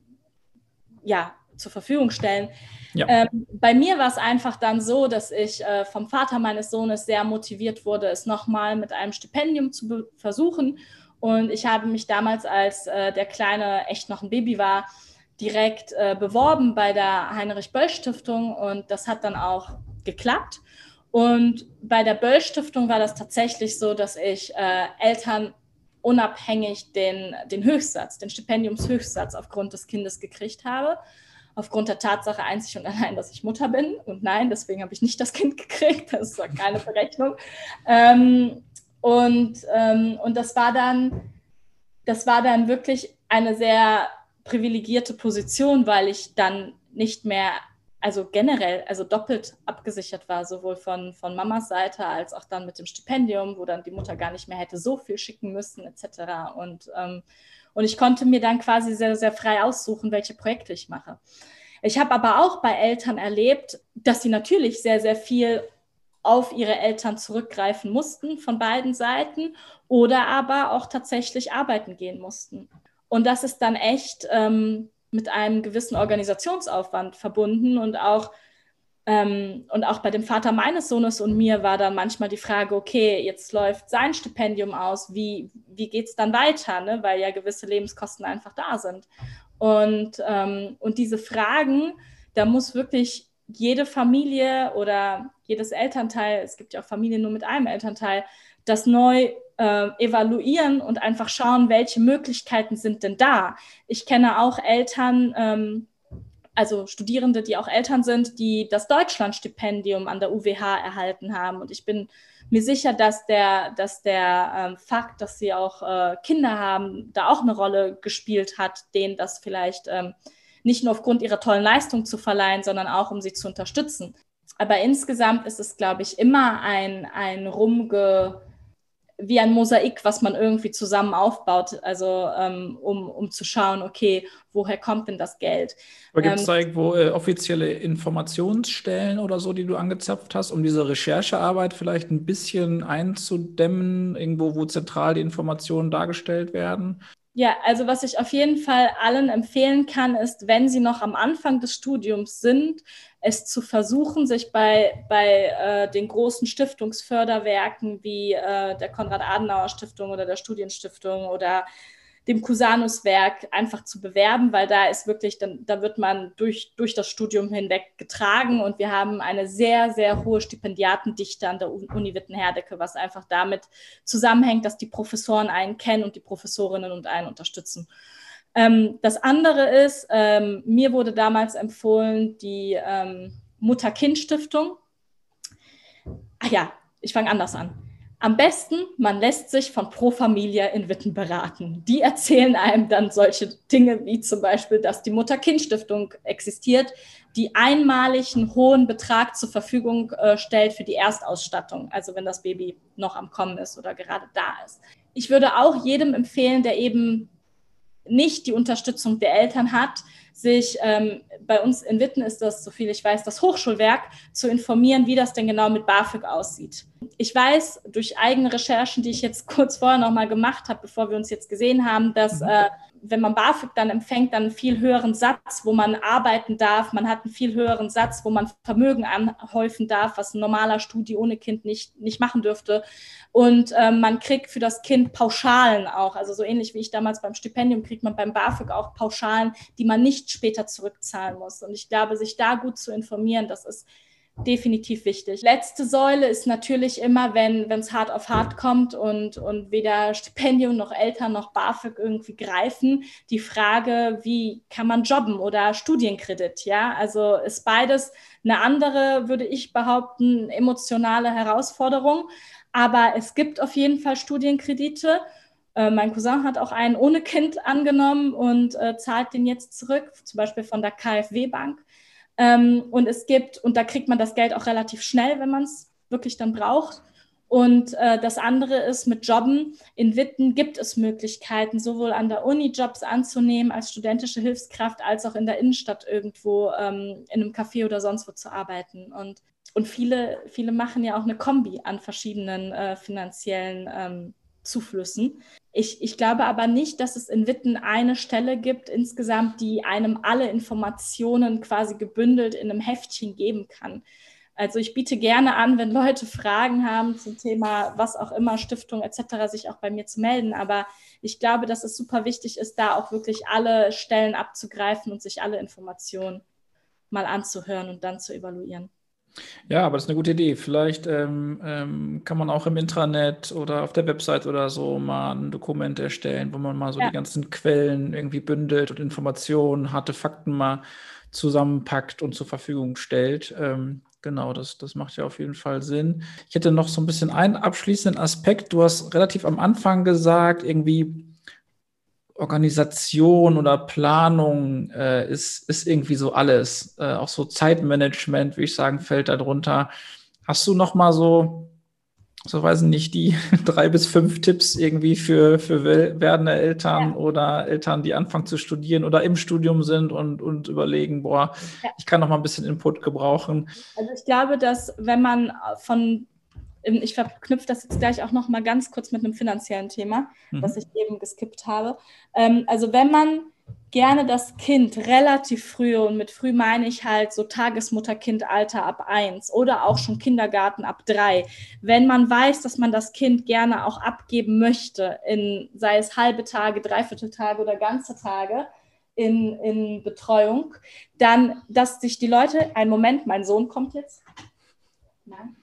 zur Verfügung stellen. Ja. Bei mir war es einfach dann so, dass ich vom Vater meines Sohnes sehr motiviert wurde, es nochmal mit einem Stipendium zu versuchen. Und ich habe mich damals, als der Kleine echt noch ein Baby war, direkt beworben bei der Heinrich-Böll-Stiftung und das hat dann auch geklappt. Und bei der Böll-Stiftung war das tatsächlich so, dass ich Eltern unabhängig den Höchstsatz, den Stipendiumshöchstsatz aufgrund des Kindes gekriegt habe. Aufgrund der Tatsache einzig und allein, dass ich Mutter bin. Und nein, deswegen habe ich nicht das Kind gekriegt. Das ist keine Berechnung. Und das war dann wirklich eine sehr privilegierte Position, weil ich dann nicht mehr, also generell, also doppelt abgesichert war, sowohl von Mamas Seite als auch dann mit dem Stipendium, wo dann die Mutter gar nicht mehr hätte so viel schicken müssen, etc. Und ich konnte mir dann quasi sehr, sehr frei aussuchen, welche Projekte ich mache. Ich habe aber auch bei Eltern erlebt, dass sie natürlich sehr, sehr viel auf ihre Eltern zurückgreifen mussten von beiden Seiten oder aber auch tatsächlich arbeiten gehen mussten. Und das ist dann echt mit einem gewissen Organisationsaufwand verbunden und auch bei dem Vater meines Sohnes und mir war dann manchmal die Frage, okay, jetzt läuft sein Stipendium aus, wie geht es dann weiter, ne? Weil ja gewisse Lebenskosten einfach da sind. Und diese Fragen, da muss wirklich jede Familie oder jedes Elternteil, es gibt ja auch Familien nur mit einem Elternteil, das neu evaluieren und einfach schauen, welche Möglichkeiten sind denn da. Ich kenne auch Eltern, also Studierende, die auch Eltern sind, die das Deutschlandstipendium an der UWH erhalten haben. Und ich bin mir sicher, dass der Fakt, dass sie auch Kinder haben, da auch eine Rolle gespielt hat, denen das vielleicht nicht nur aufgrund ihrer tollen Leistung zu verleihen, sondern auch, um sie zu unterstützen. Aber insgesamt ist es, glaube ich, immer ein wie ein Mosaik, was man irgendwie zusammen aufbaut, also um zu schauen, okay, woher kommt denn das Geld? Aber gibt es da irgendwo offizielle Informationsstellen oder so, die du angezapft hast, um diese Recherchearbeit vielleicht ein bisschen einzudämmen, irgendwo, wo zentral die Informationen dargestellt werden? Ja, also was ich auf jeden Fall allen empfehlen kann, ist, wenn sie noch am Anfang des Studiums sind, es zu versuchen, sich bei den großen Stiftungsförderwerken wie der Konrad-Adenauer-Stiftung oder der Studienstiftung oder dem Cusanus-Werk einfach zu bewerben, weil da ist wirklich, da wird man durch das Studium hinweg getragen und wir haben eine sehr, sehr hohe Stipendiatendichte an der Uni Witten-Herdecke, was einfach damit zusammenhängt, dass die Professoren einen kennen und die Professorinnen und einen unterstützen. Das andere ist, mir wurde damals empfohlen, die Mutter-Kind-Stiftung. Ach ja, ich fange anders an. Am besten, man lässt sich von Pro Familia in Witten beraten. Die erzählen einem dann solche Dinge wie zum Beispiel, dass die Mutter-Kind-Stiftung existiert, die einmalig einen hohen Betrag zur Verfügung stellt für die Erstausstattung, also wenn das Baby noch am Kommen ist oder gerade da ist. ich würde auch jedem empfehlen, der eben nicht die Unterstützung der Eltern hat, sich bei uns in Witten ist das, soviel ich weiß, das Hochschulwerk, zu informieren, wie das denn genau mit BAföG aussieht. Ich weiß durch eigene Recherchen, die ich jetzt kurz vorher nochmal gemacht habe, bevor wir uns jetzt gesehen haben, dass wenn man BAföG dann empfängt, dann einen viel höheren Satz, wo man arbeiten darf. Man hat einen viel höheren Satz, wo man Vermögen anhäufen darf, was ein normaler Studi ohne Kind nicht machen dürfte. Und man kriegt für das Kind Pauschalen auch. Also so ähnlich wie ich damals beim Stipendium, kriegt man beim BAföG auch Pauschalen, die man nicht später zurückzahlen muss. Und ich glaube, sich da gut zu informieren, das ist definitiv wichtig. Letzte Säule ist natürlich immer, wenn es hart auf hart kommt und weder Stipendium noch Eltern noch BAföG irgendwie greifen, die Frage, wie kann man jobben oder Studienkredit, ja? Also ist beides eine andere, würde ich behaupten, emotionale Herausforderung. Aber es gibt auf jeden Fall Studienkredite. Mein Cousin hat auch einen ohne Kind angenommen und zahlt den jetzt zurück, zum Beispiel von der KfW-Bank. Und da kriegt man das Geld auch relativ schnell, wenn man es wirklich dann braucht. Und das andere ist mit Jobben. In Witten gibt es Möglichkeiten, sowohl an der Uni Jobs anzunehmen als studentische Hilfskraft, als auch in der Innenstadt irgendwo in einem Café oder sonst wo zu arbeiten. Und viele machen ja auch eine Kombi an verschiedenen finanziellen Zuflüssen. Ich glaube aber nicht, dass es in Witten eine Stelle gibt insgesamt, die einem alle Informationen quasi gebündelt in einem Heftchen geben kann. Also ich biete gerne an, wenn Leute Fragen haben zum Thema, was auch immer, Stiftung etc., sich auch bei mir zu melden. Aber ich glaube, dass es super wichtig ist, da auch wirklich alle Stellen abzugreifen und sich alle Informationen mal anzuhören und dann zu evaluieren. Ja, aber das ist eine gute Idee. Vielleicht kann man auch im Intranet oder auf der Website oder so mal ein Dokument erstellen, wo man mal so die ganzen Quellen irgendwie bündelt und Informationen, harte Fakten mal zusammenpackt und zur Verfügung stellt. Genau, das macht ja auf jeden Fall Sinn. Ich hätte noch so ein bisschen einen abschließenden Aspekt. Du hast relativ am Anfang gesagt, irgendwie Organisation oder Planung ist irgendwie so alles. Auch so Zeitmanagement, würde ich sagen, fällt da drunter. Hast du noch mal so weiß ich nicht, die 3 bis 5 Tipps irgendwie für werdende Eltern oder Eltern, die anfangen zu studieren oder im Studium sind und überlegen, ich kann noch mal ein bisschen Input gebrauchen? Also ich glaube, dass wenn man ich verknüpfe das jetzt gleich auch noch mal ganz kurz mit einem finanziellen Thema, was ich eben geskippt habe. Also wenn man gerne das Kind relativ früh, und mit früh meine ich halt so Tagesmutter-Kind-Alter ab 1 oder auch schon Kindergarten ab 3, wenn man weiß, dass man das Kind gerne auch abgeben möchte, sei es halbe Tage, Dreivierteltage oder ganze Tage, in Betreuung, dann, dass sich die Leute, einen Moment, mein Sohn kommt jetzt. Nein.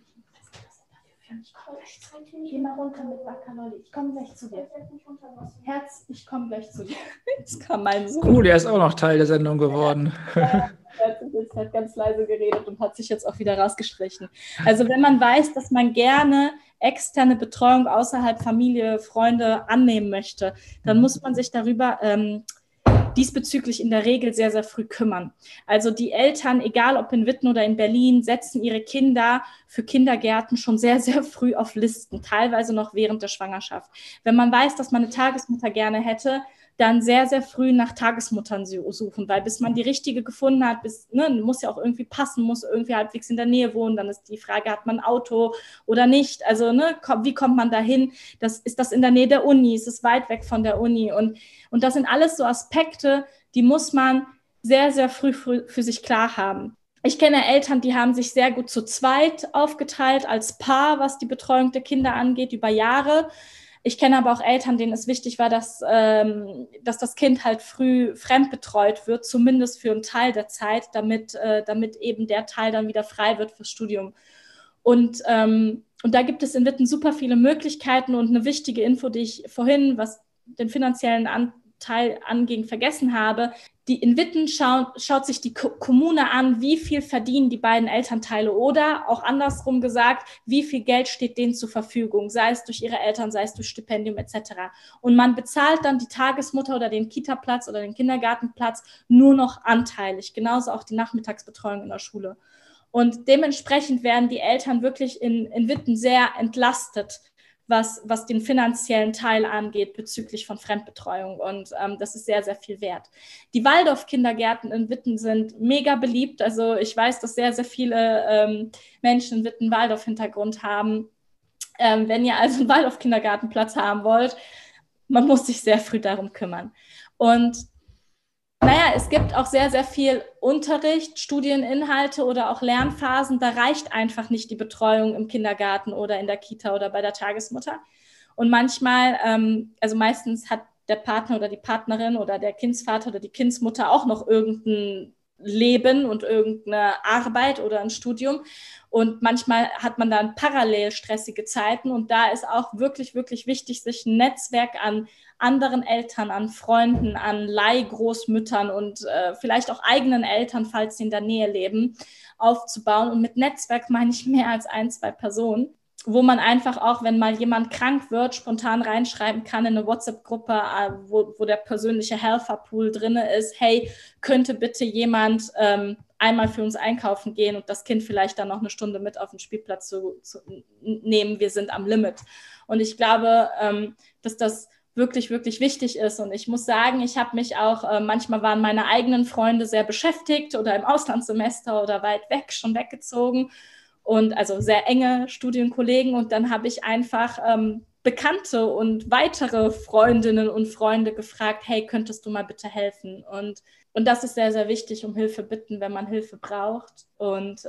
Geh mal runter mit Baccalorli. Ich komme gleich zu dir. Herz, ich komme gleich zu dir. Jetzt kam mein Sohn. Cool, er ist auch noch Teil der Sendung geworden. Er hat ganz leise geredet und hat sich jetzt auch wieder rausgestrichen. Also wenn man weiß, dass man gerne externe Betreuung außerhalb Familie, Freunde annehmen möchte, dann muss man sich darüber diesbezüglich in der Regel sehr, sehr früh kümmern. Also die Eltern, egal ob in Witten oder in Berlin, setzen ihre Kinder für Kindergärten schon sehr, sehr früh auf Listen, teilweise noch während der Schwangerschaft. Wenn man weiß, dass man eine Tagesmutter gerne hätte, dann sehr, sehr früh nach Tagesmuttern suchen, weil bis man die richtige gefunden hat, muss ja auch irgendwie passen, muss irgendwie halbwegs in der Nähe wohnen, dann ist die Frage, hat man ein Auto oder nicht, also wie kommt man dahin, ist das in der Nähe der Uni, ist es weit weg von der Uni und das sind alles so Aspekte, die muss man sehr, sehr früh für sich klar haben. Ich kenne Eltern, die haben sich sehr gut zu zweit aufgeteilt als Paar, was die Betreuung der Kinder angeht, über Jahre. Ich kenne aber auch Eltern, denen es wichtig war, dass das Kind halt früh fremdbetreut wird, zumindest für einen Teil der Zeit, damit eben der Teil dann wieder frei wird fürs Studium. Und da gibt es in Witten super viele Möglichkeiten und eine wichtige Info, die ich vorhin, was den finanziellen Anteil anging, vergessen habe. In Witten schaut sich die Kommune an, wie viel verdienen die beiden Elternteile oder auch andersrum gesagt, wie viel Geld steht denen zur Verfügung, sei es durch ihre Eltern, sei es durch Stipendium etc. Und man bezahlt dann die Tagesmutter oder den Kita-Platz oder den Kindergartenplatz nur noch anteilig, genauso auch die Nachmittagsbetreuung in der Schule. Und dementsprechend werden die Eltern wirklich in Witten sehr entlastet, was den finanziellen Teil angeht bezüglich von Fremdbetreuung. Und das ist sehr, sehr viel wert. Die Waldorf-Kindergärten in Witten sind mega beliebt. Also ich weiß, dass sehr, sehr viele Menschen in Witten Waldorf-Hintergrund haben. Wenn ihr also einen Waldorf-Kindergartenplatz haben wollt, man muss sich sehr früh darum kümmern. Und naja, es gibt auch sehr, sehr viel Unterricht, Studieninhalte oder auch Lernphasen. Da reicht einfach nicht die Betreuung im Kindergarten oder in der Kita oder bei der Tagesmutter. Und manchmal, also meistens hat der Partner oder die Partnerin oder der Kindsvater oder die Kindsmutter auch noch irgendein Leben und irgendeine Arbeit oder ein Studium. Und manchmal hat man dann parallel stressige Zeiten. Und da ist auch wirklich, wirklich wichtig, sich ein Netzwerk an anderen Eltern, an Freunden, an Leihgroßmüttern und vielleicht auch eigenen Eltern, falls sie in der Nähe leben, aufzubauen. Und mit Netzwerk meine ich mehr als 1, 2 Personen, wo man einfach auch, wenn mal jemand krank wird, spontan reinschreiben kann in eine WhatsApp-Gruppe, wo der persönliche Helferpool drin ist, hey, könnte bitte jemand einmal für uns einkaufen gehen und das Kind vielleicht dann noch eine Stunde mit auf den Spielplatz zu nehmen, wir sind am Limit. Und ich glaube, dass das wirklich, wirklich wichtig ist. Und ich muss sagen, ich habe mich auch, manchmal waren meine eigenen Freunde sehr beschäftigt oder im Auslandssemester oder weit weg, schon weggezogen. Und also sehr enge Studienkollegen. Und dann habe ich einfach Bekannte und weitere Freundinnen und Freunde gefragt, hey, könntest du mal bitte helfen? Und das ist sehr, sehr wichtig, um Hilfe bitten, wenn man Hilfe braucht. Und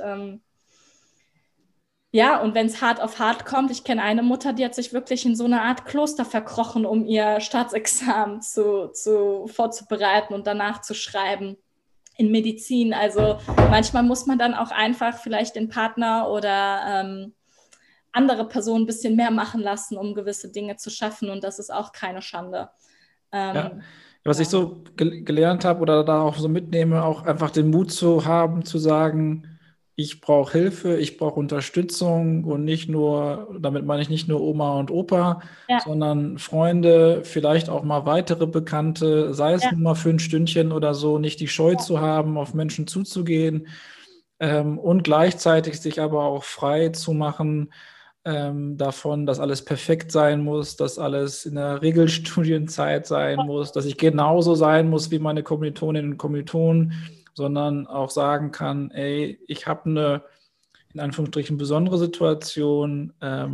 ja, und wenn es hart auf hart kommt, ich kenne eine Mutter, die hat sich wirklich in so eine Art Kloster verkrochen, um ihr Staatsexamen vorzubereiten und danach zu schreiben in Medizin. Also manchmal muss man dann auch einfach vielleicht den Partner oder andere Personen ein bisschen mehr machen lassen, um gewisse Dinge zu schaffen. Und das ist auch keine Schande. Ja. Was ich so gelernt habe oder da auch so mitnehme, auch einfach den Mut zu haben, zu sagen, ich brauche Hilfe, ich brauche Unterstützung und nicht nur, damit meine ich nicht nur Oma und Opa, sondern Freunde, vielleicht auch mal weitere Bekannte, sei es nur mal für ein Stündchen oder so, nicht die Scheu zu haben, auf Menschen zuzugehen und gleichzeitig sich aber auch frei zu machen davon, dass alles perfekt sein muss, dass alles in der Regelstudienzeit sein muss, dass ich genauso sein muss wie meine Kommilitoninnen und Kommilitonen, sondern auch sagen kann, ey, ich habe eine, in Anführungsstrichen, besondere Situation,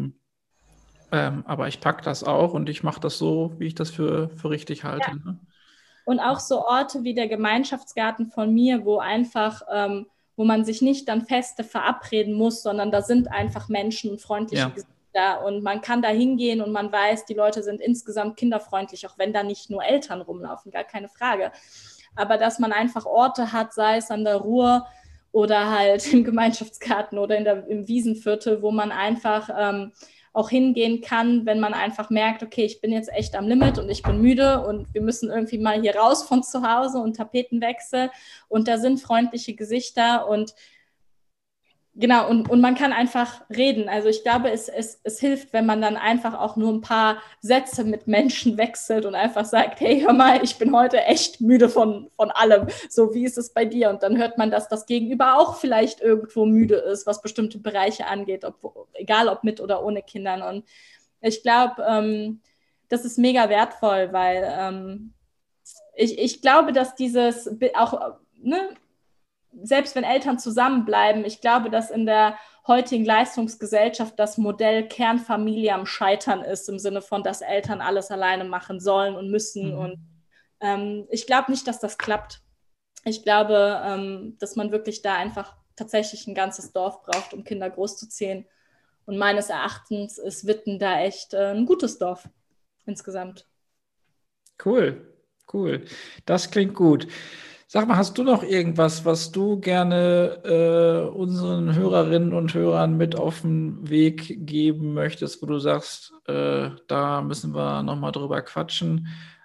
aber ich packe das auch und ich mache das so, wie ich das für richtig halte. Ja. Ne? Und auch so Orte wie der Gemeinschaftsgarten von mir, wo einfach, wo man sich nicht dann feste verabreden muss, sondern da sind einfach Menschen und freundliche Gesichter und man kann da hingehen und man weiß, die Leute sind insgesamt kinderfreundlich, auch wenn da nicht nur Eltern rumlaufen, gar keine Frage. Aber dass man einfach Orte hat, sei es an der Ruhr oder halt im Gemeinschaftsgarten oder im Wiesenviertel, wo man einfach auch hingehen kann, wenn man einfach merkt, okay, ich bin jetzt echt am Limit und ich bin müde und wir müssen irgendwie mal hier raus von zu Hause und Tapetenwechsel und da sind freundliche Gesichter und genau, und man kann einfach reden. Also ich glaube, es hilft, wenn man dann einfach auch nur ein paar Sätze mit Menschen wechselt und einfach sagt, hey, hör mal, ich bin heute echt müde von allem. So, wie ist es bei dir? Und dann hört man, dass das Gegenüber auch vielleicht irgendwo müde ist, was bestimmte Bereiche angeht, egal ob mit oder ohne Kindern. Und ich glaube, das ist mega wertvoll, weil ich glaube, dass dieses auch, ne, selbst wenn Eltern zusammenbleiben, ich glaube, dass in der heutigen Leistungsgesellschaft das Modell Kernfamilie am Scheitern ist, im Sinne von, dass Eltern alles alleine machen sollen und müssen. Und ich glaube nicht, dass das klappt. Ich glaube, dass man wirklich da einfach tatsächlich ein ganzes Dorf braucht, um Kinder großzuziehen. Und meines Erachtens ist Witten da echt ein gutes Dorf insgesamt. Cool. Das klingt gut. Sag mal, hast du noch irgendwas, was du gerne unseren Hörerinnen und Hörern mit auf den Weg geben möchtest, wo du sagst, da müssen wir nochmal drüber quatschen?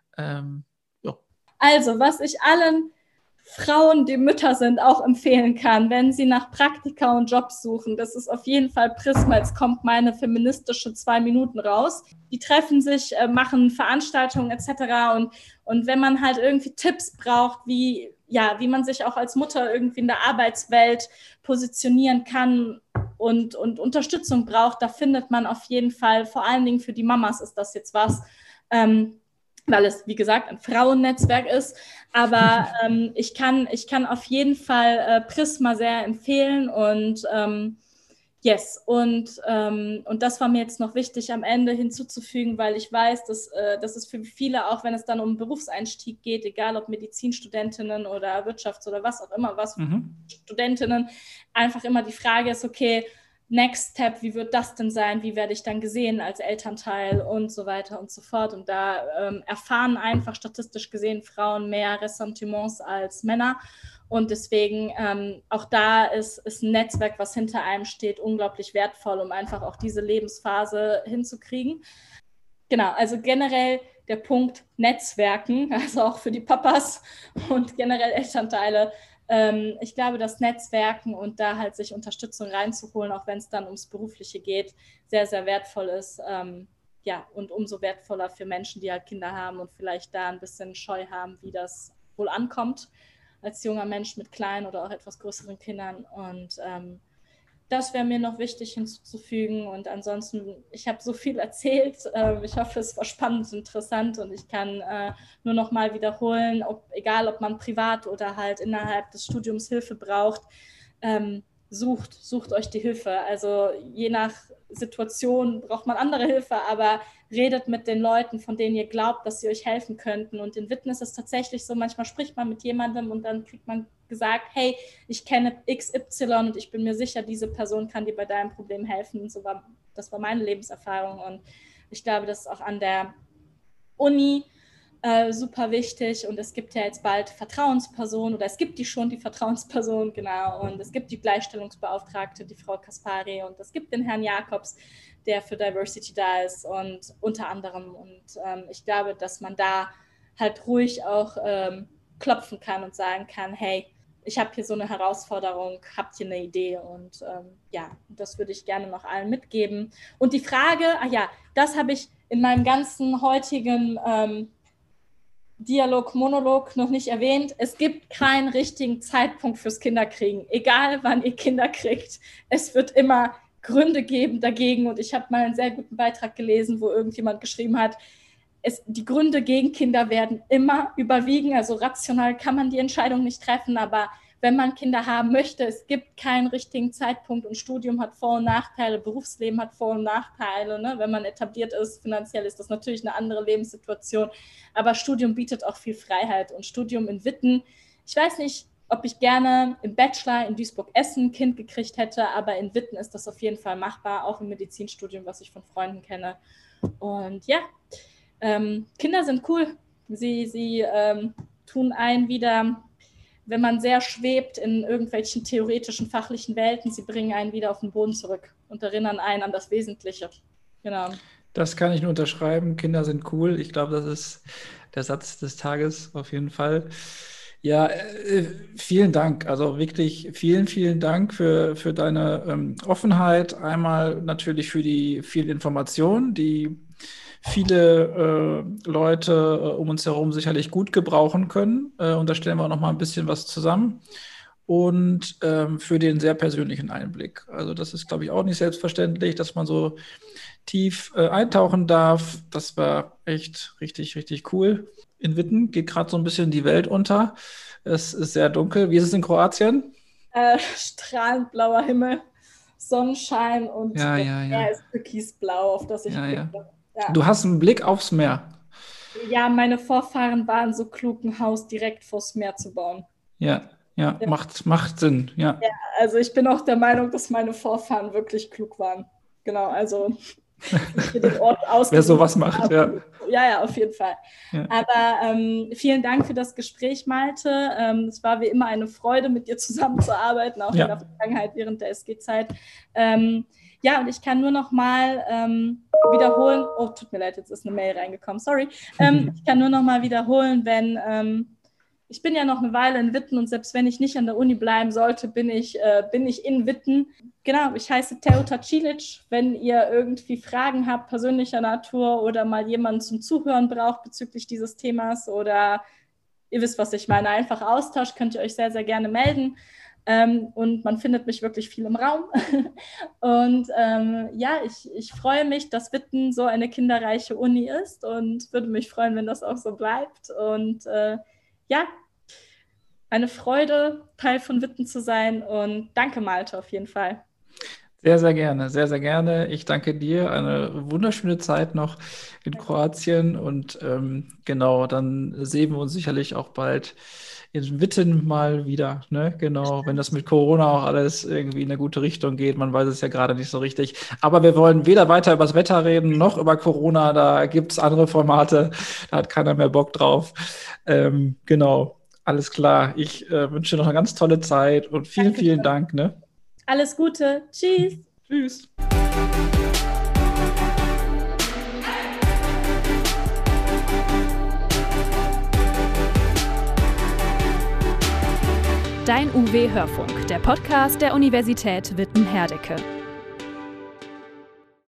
Also, was ich allen Frauen, die Mütter sind, auch empfehlen kann, wenn sie nach Praktika und Jobs suchen, das ist auf jeden Fall Prisma. Jetzt kommt meine feministische 2 Minuten raus. Die treffen sich, machen Veranstaltungen etc. Und wenn man halt irgendwie Tipps braucht, wie man sich auch als Mutter irgendwie in der Arbeitswelt positionieren kann und Unterstützung braucht, da findet man auf jeden Fall, vor allen Dingen für die Mamas ist das jetzt was, weil es, wie gesagt, ein Frauennetzwerk ist. Aber ich kann auf jeden Fall Prisma sehr empfehlen und yes, und das war mir jetzt noch wichtig am Ende hinzuzufügen, weil ich weiß, dass es für viele, auch wenn es dann um Berufseinstieg geht, egal ob Medizinstudentinnen oder Wirtschafts- oder was auch immer, Studentinnen, einfach immer die Frage ist, okay, Next Step, wie wird das denn sein? Wie werde ich dann gesehen als Elternteil und so weiter und so fort? Und da erfahren einfach statistisch gesehen Frauen mehr Ressentiments als Männer. Und deswegen auch da ist ein Netzwerk, was hinter einem steht, unglaublich wertvoll, um einfach auch diese Lebensphase hinzukriegen. Genau, also generell der Punkt Netzwerken, also auch für die Papas und generell Elternteile. Ich glaube, dass Netzwerken und da halt sich Unterstützung reinzuholen, auch wenn es dann ums Berufliche geht, sehr, sehr wertvoll ist. Ja, und umso wertvoller für Menschen, die halt Kinder haben und vielleicht da ein bisschen Scheu haben, wie das wohl ankommt als junger Mensch mit kleinen oder auch etwas größeren Kindern. Und das wäre mir noch wichtig hinzuzufügen. Und ansonsten, ich habe so viel erzählt. Ich hoffe, es war spannend und interessant. Und ich kann nur noch mal wiederholen, egal ob man privat oder halt innerhalb des Studiums Hilfe braucht, sucht euch die Hilfe. Also je nach Situation braucht man andere Hilfe, aber redet mit den Leuten, von denen ihr glaubt, dass sie euch helfen könnten. Und in Witten ist es tatsächlich so, manchmal spricht man mit jemandem und dann kriegt man gesagt, hey, ich kenne XY und ich bin mir sicher, diese Person kann dir bei deinem Problem helfen. Und das war meine Lebenserfahrung. Und ich glaube, das ist auch an der Uni super wichtig. Und es gibt ja jetzt bald Vertrauenspersonen oder es gibt die Vertrauensperson, genau. Und es gibt die Gleichstellungsbeauftragte, die Frau Kaspari, und es gibt den Herrn Jakobs, der für Diversity da ist und unter anderem. Und ich glaube, dass man da halt ruhig auch klopfen kann und sagen kann, hey, ich habe hier so eine Herausforderung, habt ihr eine Idee? Und ja, das würde ich gerne noch allen mitgeben. Und die Frage, das habe ich in meinem ganzen heutigen Dialog, Monolog noch nicht erwähnt. Es gibt keinen richtigen Zeitpunkt fürs Kinderkriegen. Egal, wann ihr Kinder kriegt, es wird immer Gründe geben dagegen. Und ich habe mal einen sehr guten Beitrag gelesen, wo irgendjemand geschrieben hat, die Gründe gegen Kinder werden immer überwiegen. Also rational kann man die Entscheidung nicht treffen, aber wenn man Kinder haben möchte, es gibt keinen richtigen Zeitpunkt und Studium hat Vor- und Nachteile, Berufsleben hat Vor- und Nachteile. Ne? Wenn man etabliert ist, finanziell ist das natürlich eine andere Lebenssituation, aber Studium bietet auch viel Freiheit und Studium in Witten. Ich weiß nicht, ob ich gerne im Bachelor in Duisburg-Essen ein Kind gekriegt hätte, aber in Witten ist das auf jeden Fall machbar, auch im Medizinstudium, was ich von Freunden kenne. Und ja, Kinder sind cool. Sie tun einen wieder, wenn man sehr schwebt in irgendwelchen theoretischen, fachlichen Welten, sie bringen einen wieder auf den Boden zurück und erinnern einen an das Wesentliche. Genau. Das kann ich nur unterschreiben. Kinder sind cool. Ich glaube, das ist der Satz des Tages auf jeden Fall. Ja, vielen Dank. Also wirklich vielen, vielen Dank für deine Offenheit. Einmal natürlich für die vielen Informationen, die viele Leute um uns herum sicherlich gut gebrauchen können. Und da stellen wir auch noch mal ein bisschen was zusammen. Und für den sehr persönlichen Einblick. Also das ist, glaube ich, auch nicht selbstverständlich, dass man so tief eintauchen darf. Das war echt richtig, richtig cool. In Witten geht gerade so ein bisschen die Welt unter. Es ist sehr dunkel. Wie ist es in Kroatien? Strahlend blauer Himmel, Sonnenschein und Ja, das ja, Meer ja. ist türkisblau, auf das ich Ja, ja. blicke. Ja. Du hast einen Blick aufs Meer. Ja, meine Vorfahren waren so klug, ein Haus direkt vors Meer zu bauen. Ja, ja, Ja. macht Sinn, ja. Ja, also ich bin auch der Meinung, dass meine Vorfahren wirklich klug waren. Genau, also ich hier den Ort Wer ausgesucht sowas macht, habe. ja. Ja, auf jeden Fall. Ja. Aber vielen Dank für das Gespräch, Malte. Es war wie immer eine Freude, mit dir zusammenzuarbeiten, auch in der Vergangenheit während der SG-Zeit. Ja, und ich kann nur noch mal wiederholen, oh, tut mir leid, jetzt ist eine Mail reingekommen, sorry. Ich kann nur noch mal wiederholen, wenn ich bin ja noch eine Weile in Witten und selbst wenn ich nicht an der Uni bleiben sollte, bin ich in Witten. Genau, ich heiße Teuta Cilic. Wenn ihr irgendwie Fragen habt, persönlicher Natur oder mal jemanden zum Zuhören braucht bezüglich dieses Themas oder ihr wisst, was ich meine, einfach Austausch, könnt ihr euch sehr, sehr gerne melden. Und man findet mich wirklich viel im Raum. Und ich freue mich, dass Witten so eine kinderreiche Uni ist und würde mich freuen, wenn das auch so bleibt. Und eine Freude, Teil von Witten zu sein. Und danke, Malte, auf jeden Fall. Sehr, sehr gerne, sehr, sehr gerne. Ich danke dir. Eine wunderschöne Zeit noch in Kroatien und genau, dann sehen wir uns sicherlich auch bald in Witten mal wieder. Ne? Genau, wenn das mit Corona auch alles irgendwie in eine gute Richtung geht. Man weiß es ja gerade nicht so richtig. Aber wir wollen weder weiter über das Wetter reden, noch über Corona. Da gibt es andere Formate. Da hat keiner mehr Bock drauf. Genau, alles klar. Ich wünsche noch eine ganz tolle Zeit und vielen Dank. Ne? Alles Gute. Tschüss. Tschüss. Dein UW Hörfunk, der Podcast der Universität Witten-Herdecke.